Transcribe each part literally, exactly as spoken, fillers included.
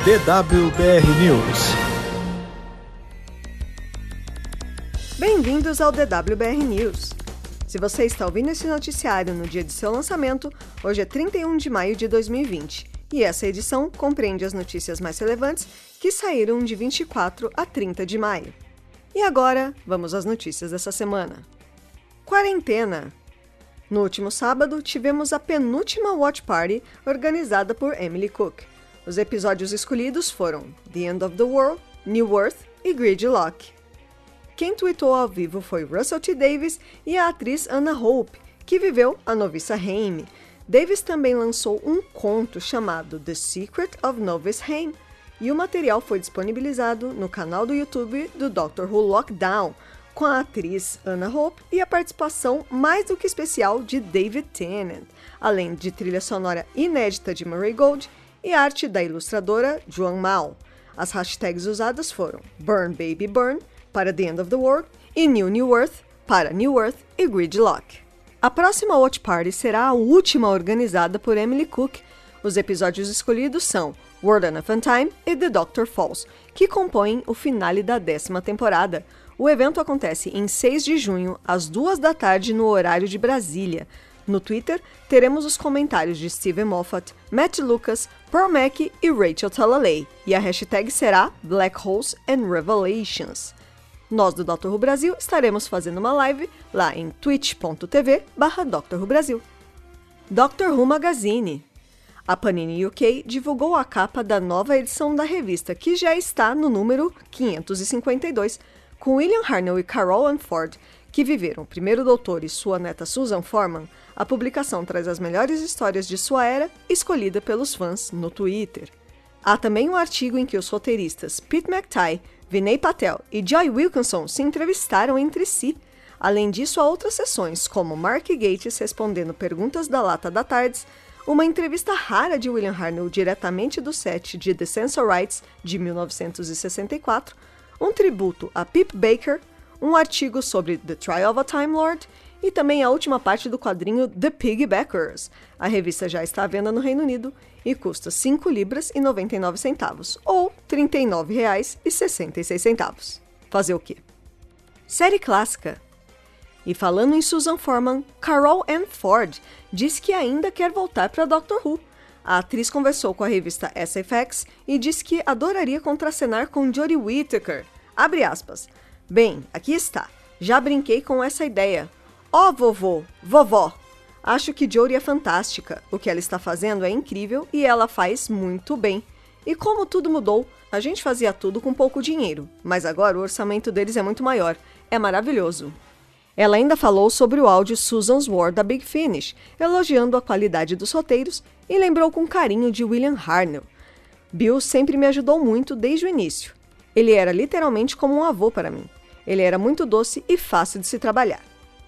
D W B R News. Bem-vindos ao D W B R News. Se você está ouvindo esse noticiário no dia de seu lançamento, hoje é trinta e um de maio de dois mil e vinte, e essa edição compreende as notícias mais relevantes que saíram de vinte e quatro a trinta de maio. E agora, vamos às notícias dessa semana. Quarentena. No último sábado, tivemos a penúltima Watch Party organizada por Emily Cook. Os episódios escolhidos foram The End of the World, New Earth e Gridlock. Quem tweetou ao vivo foi Russell T. Davies e a atriz Anna Hope, que viveu a noviça Haim. Davies também lançou um conto chamado The Secret of Novice Haim, e o material foi disponibilizado no canal do YouTube do Doctor Who Lockdown, com a atriz Anna Hope e a participação mais do que especial de David Tennant, além de trilha sonora inédita de Murray Gold e arte da ilustradora Joan Mao. As hashtags usadas foram Burn Baby Burn para The End of the World e New New Earth para New Earth e Gridlock. A próxima Watch Party será a última organizada por Emily Cook. Os episódios escolhidos são World on a Fun Time e The Doctor Falls, que compõem o finale da décima temporada. O evento acontece em seis de junho, às duas da tarde, no horário de Brasília. No Twitter, teremos os comentários de Steven Moffat, Matt Lucas, Pearl Mackie e Rachel Talalay, e a hashtag será Black Holes and Revelations. Nós do Doctor Who Brasil estaremos fazendo uma live lá em twitch.tv barra Doctor Who Brasil. Doctor Who Magazine. A Panini U K divulgou a capa da nova edição da revista, que já está no número quinhentos e cinquenta e dois, com William Hartnell e Carole Ann Ford, que viveram o primeiro doutor e sua neta Susan Foreman. A publicação traz as melhores histórias de sua era, escolhida pelos fãs no Twitter. Há também um artigo em que os roteiristas Pete McTighe, Vinay Patel e Joy Wilkinson se entrevistaram entre si. Além disso, há outras sessões, como Mark Gatiss respondendo perguntas da Lata da Tardes, uma entrevista rara de William Hartnell diretamente do set de The Sensorites, de mil novecentos e sessenta e quatro, um tributo a Pip Baker, um artigo sobre The Trial of a Time Lord e também a última parte do quadrinho The Piggybackers. A revista já está à venda no Reino Unido e custa cinco libras e noventa e nove centavos, ou trinta e nove reais e sessenta e seis centavos. Fazer o quê? Série clássica. E falando em Susan Foreman, Carole Ann Ford diz que ainda quer voltar para Doctor Who. A atriz conversou com a revista S F X e disse que adoraria contracenar com Jodie Whittaker. Abre aspas. Bem, aqui está. Já brinquei com essa ideia. Ó, oh, vovô, vovó. Acho que Jodie é fantástica. O que ela está fazendo é incrível e ela faz muito bem. E como tudo mudou, a gente fazia tudo com pouco dinheiro, mas agora o orçamento deles é muito maior. É maravilhoso. Ela ainda falou sobre o áudio Susan's War da Big Finish, elogiando a qualidade dos roteiros e lembrou com carinho de William Hartnell. Bill sempre me ajudou muito desde o início. Ele era literalmente como um avô para mim. Ele era muito doce e fácil de se trabalhar.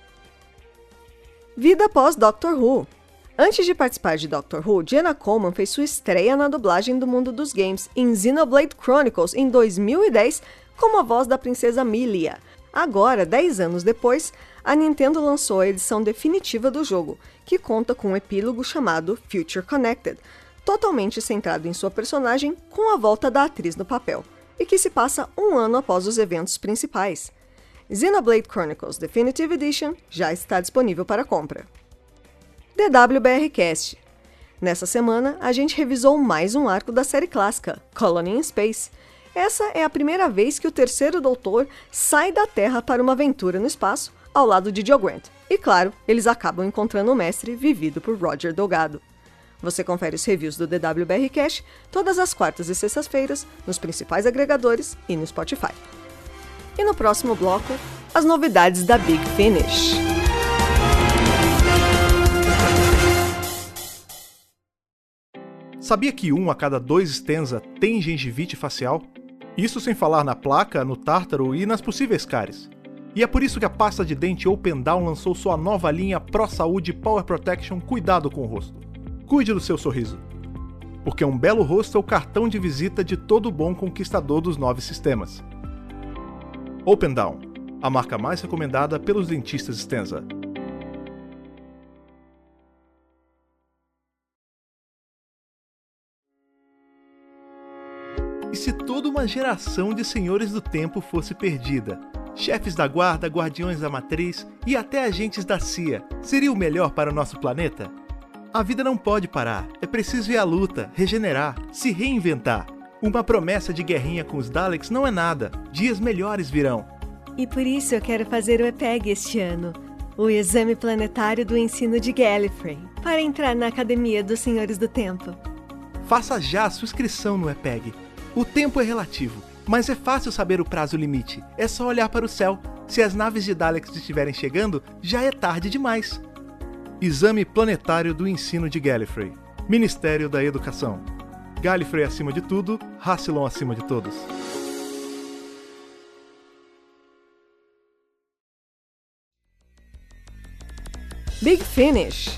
Vida após Doctor Who. Antes de participar de Doctor Who, Jenna Coleman fez sua estreia na dublagem do mundo dos games em Xenoblade Chronicles em dois mil e dez como a voz da princesa Milia. Agora, dez anos depois, a Nintendo lançou a edição definitiva do jogo, que conta com um epílogo chamado Future Connected, totalmente centrado em sua personagem com a volta da atriz no papel, e que se passa um ano após os eventos principais. Xenoblade Chronicles Definitive Edition já está disponível para compra. D W B R Cast. Nessa semana, a gente revisou mais um arco da série clássica, Colony in Space. Essa é a primeira vez que o terceiro doutor sai da Terra para uma aventura no espaço, ao lado de Jo Grant. E claro, eles acabam encontrando o mestre vivido por Roger Delgado. Você confere os reviews do D W B R Cast todas as quartas e sextas-feiras, nos principais agregadores e no Spotify. E no próximo bloco, as novidades da Big Finish. Sabia que um a cada dois Stenza tem gengivite facial? Isso sem falar na placa, no tártaro e nas possíveis cáries. E é por isso que a pasta de dente Open Down lançou sua nova linha Pro Saúde Power Protection Cuidado com o Rosto. Cuide do seu sorriso. Porque um belo rosto é o cartão de visita de todo bom conquistador dos nove sistemas. Open Down, a marca mais recomendada pelos dentistas Stenza. E se toda uma geração de senhores do tempo fosse perdida? Chefes da guarda, guardiões da matriz e até agentes da C I A, seria o melhor para o nosso planeta? A vida não pode parar, é preciso ir à luta, regenerar, se reinventar. Uma promessa de guerrinha com os Daleks não é nada, dias melhores virão. E por isso eu quero fazer o E P E G este ano, o Exame Planetário do Ensino de Gallifrey, para entrar na Academia dos Senhores do Tempo. Faça já a sua inscrição no E P E G. O tempo é relativo, mas é fácil saber o prazo limite. É só olhar para o céu. Se as naves de Daleks estiverem chegando, já é tarde demais. Exame Planetário do Ensino de Gallifrey. Ministério da Educação. Gallifrey acima de tudo, Rassilon acima de todos. Big Finish.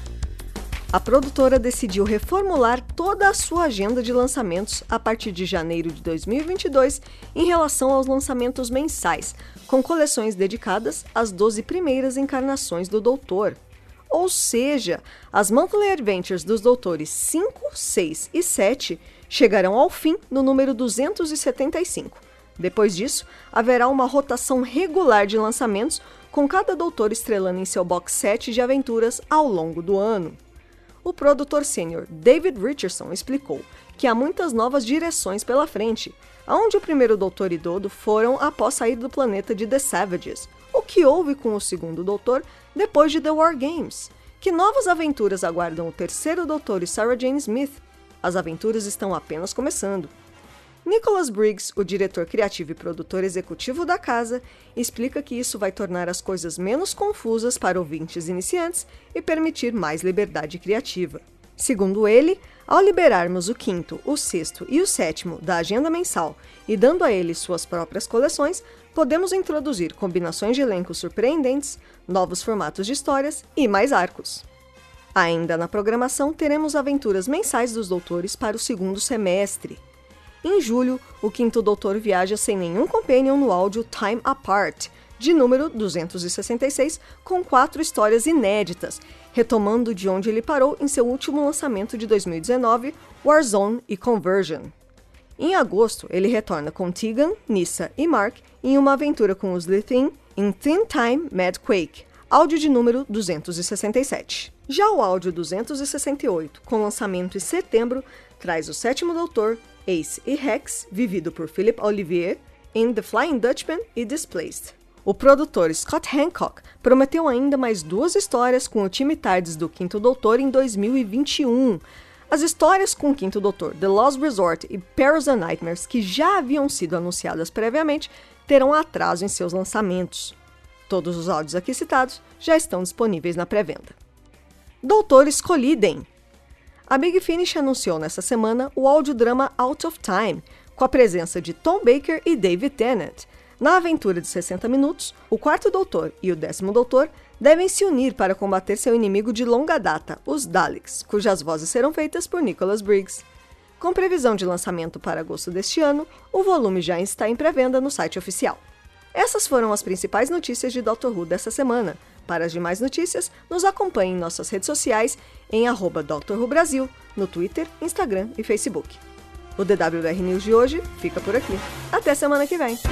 A produtora decidiu reformular toda a sua agenda de lançamentos a partir de janeiro de dois mil e vinte e dois em relação aos lançamentos mensais, com coleções dedicadas às doze primeiras encarnações do Doutor. Ou seja, as Monthly Adventures dos Doutores cinco, seis e sete chegarão ao fim no número duzentos e setenta e cinco. Depois disso, haverá uma rotação regular de lançamentos, com cada doutor estrelando em seu box set de aventuras ao longo do ano. O produtor sênior David Richardson explicou que há muitas novas direções pela frente, aonde o primeiro Doutor e Dodo foram após sair do planeta de The Savages, o que houve com o segundo Doutor depois de The War Games. Que novas aventuras aguardam o terceiro Doutor e Sarah Jane Smith? As aventuras estão apenas começando. Nicholas Briggs, o diretor criativo e produtor executivo da casa, explica que isso vai tornar as coisas menos confusas para ouvintes iniciantes e permitir mais liberdade criativa. Segundo ele, ao liberarmos o quinto, o sexto e o sétimo da agenda mensal e dando a eles suas próprias coleções, podemos introduzir combinações de elencos surpreendentes, novos formatos de histórias e mais arcos. Ainda na programação, teremos aventuras mensais dos doutores para o segundo semestre. Em julho, o quinto Doutor viaja sem nenhum companion no áudio Time Apart, de número duzentos e sessenta e seis, com quatro histórias inéditas, retomando de onde ele parou em seu último lançamento de dois mil e dezenove, Warzone e Conversion. Em agosto, ele retorna com Tegan, Nyssa e Mark em uma aventura com os Slitheen em Teen Time Mad Quake, áudio de número duzentos e sessenta e sete. Já o áudio duzentos e sessenta e oito, com lançamento em setembro, traz o sétimo Doutor, Ace e Rex, vivido por Philip Olivier, em The Flying Dutchman e Displaced. O produtor Scott Hancock prometeu ainda mais duas histórias com o time TARDIS do Quinto Doutor em dois mil e vinte e um. As histórias com o Quinto Doutor, The Lost Resort e Perils and Nightmares, que já haviam sido anunciadas previamente, terão atraso em seus lançamentos. Todos os áudios aqui citados já estão disponíveis na pré-venda. Doutores Collidem. A Big Finish anunciou nesta semana o audiodrama Out of Time, com a presença de Tom Baker e David Tennant. Na aventura de sessenta minutos, o quarto Doutor e o décimo Doutor devem se unir para combater seu inimigo de longa data, os Daleks, cujas vozes serão feitas por Nicholas Briggs. Com previsão de lançamento para agosto deste ano, o volume já está em pré-venda no site oficial. Essas foram as principais notícias de Doctor Who desta semana. Para as demais notícias, nos acompanhe em nossas redes sociais em arroba Doctor Who Brasil, no Twitter, Instagram e Facebook. O D W R News de hoje fica por aqui. Até semana que vem!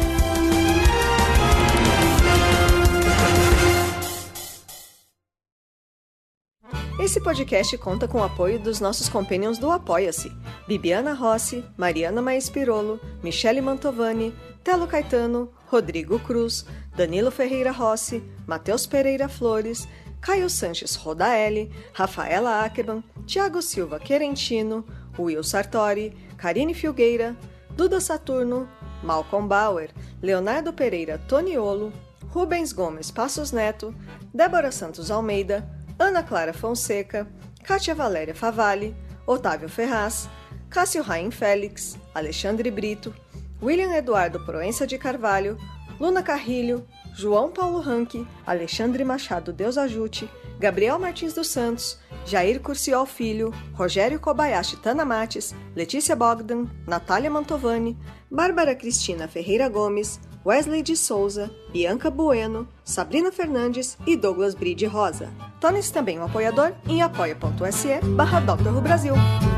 Esse podcast conta com o apoio dos nossos companions do Apoia-se: Bibiana Rossi, Mariana Maes Pirolo, Michele Mantovani, Telo Caetano, Rodrigo Cruz, Danilo Ferreira Rossi, Matheus Pereira Flores, Caio Sanches Rodaelli, Rafaela Ackerman, Thiago Silva Querentino, Will Sartori, Karine Filgueira, Duda Saturno, Malcolm Bauer, Leonardo Pereira Toniolo, Rubens Gomes Passos Neto, Débora Santos Almeida, Ana Clara Fonseca, Kátia Valéria Favalli, Otávio Ferraz, Cássio Raim Félix, Alexandre Brito, William Eduardo Proença de Carvalho, Luna Carrilho, João Paulo Ranque, Alexandre Machado Deus Ajute, Gabriel Martins dos Santos, Jair Curciol Filho, Rogério Kobayashi Tanamates, Letícia Bogdan, Natália Mantovani, Bárbara Cristina Ferreira Gomes, Wesley de Souza, Bianca Bueno, Sabrina Fernandes e Douglas Bride Rosa. Torne-se também um apoiador em apoia.se barra Doctor Who Brasil.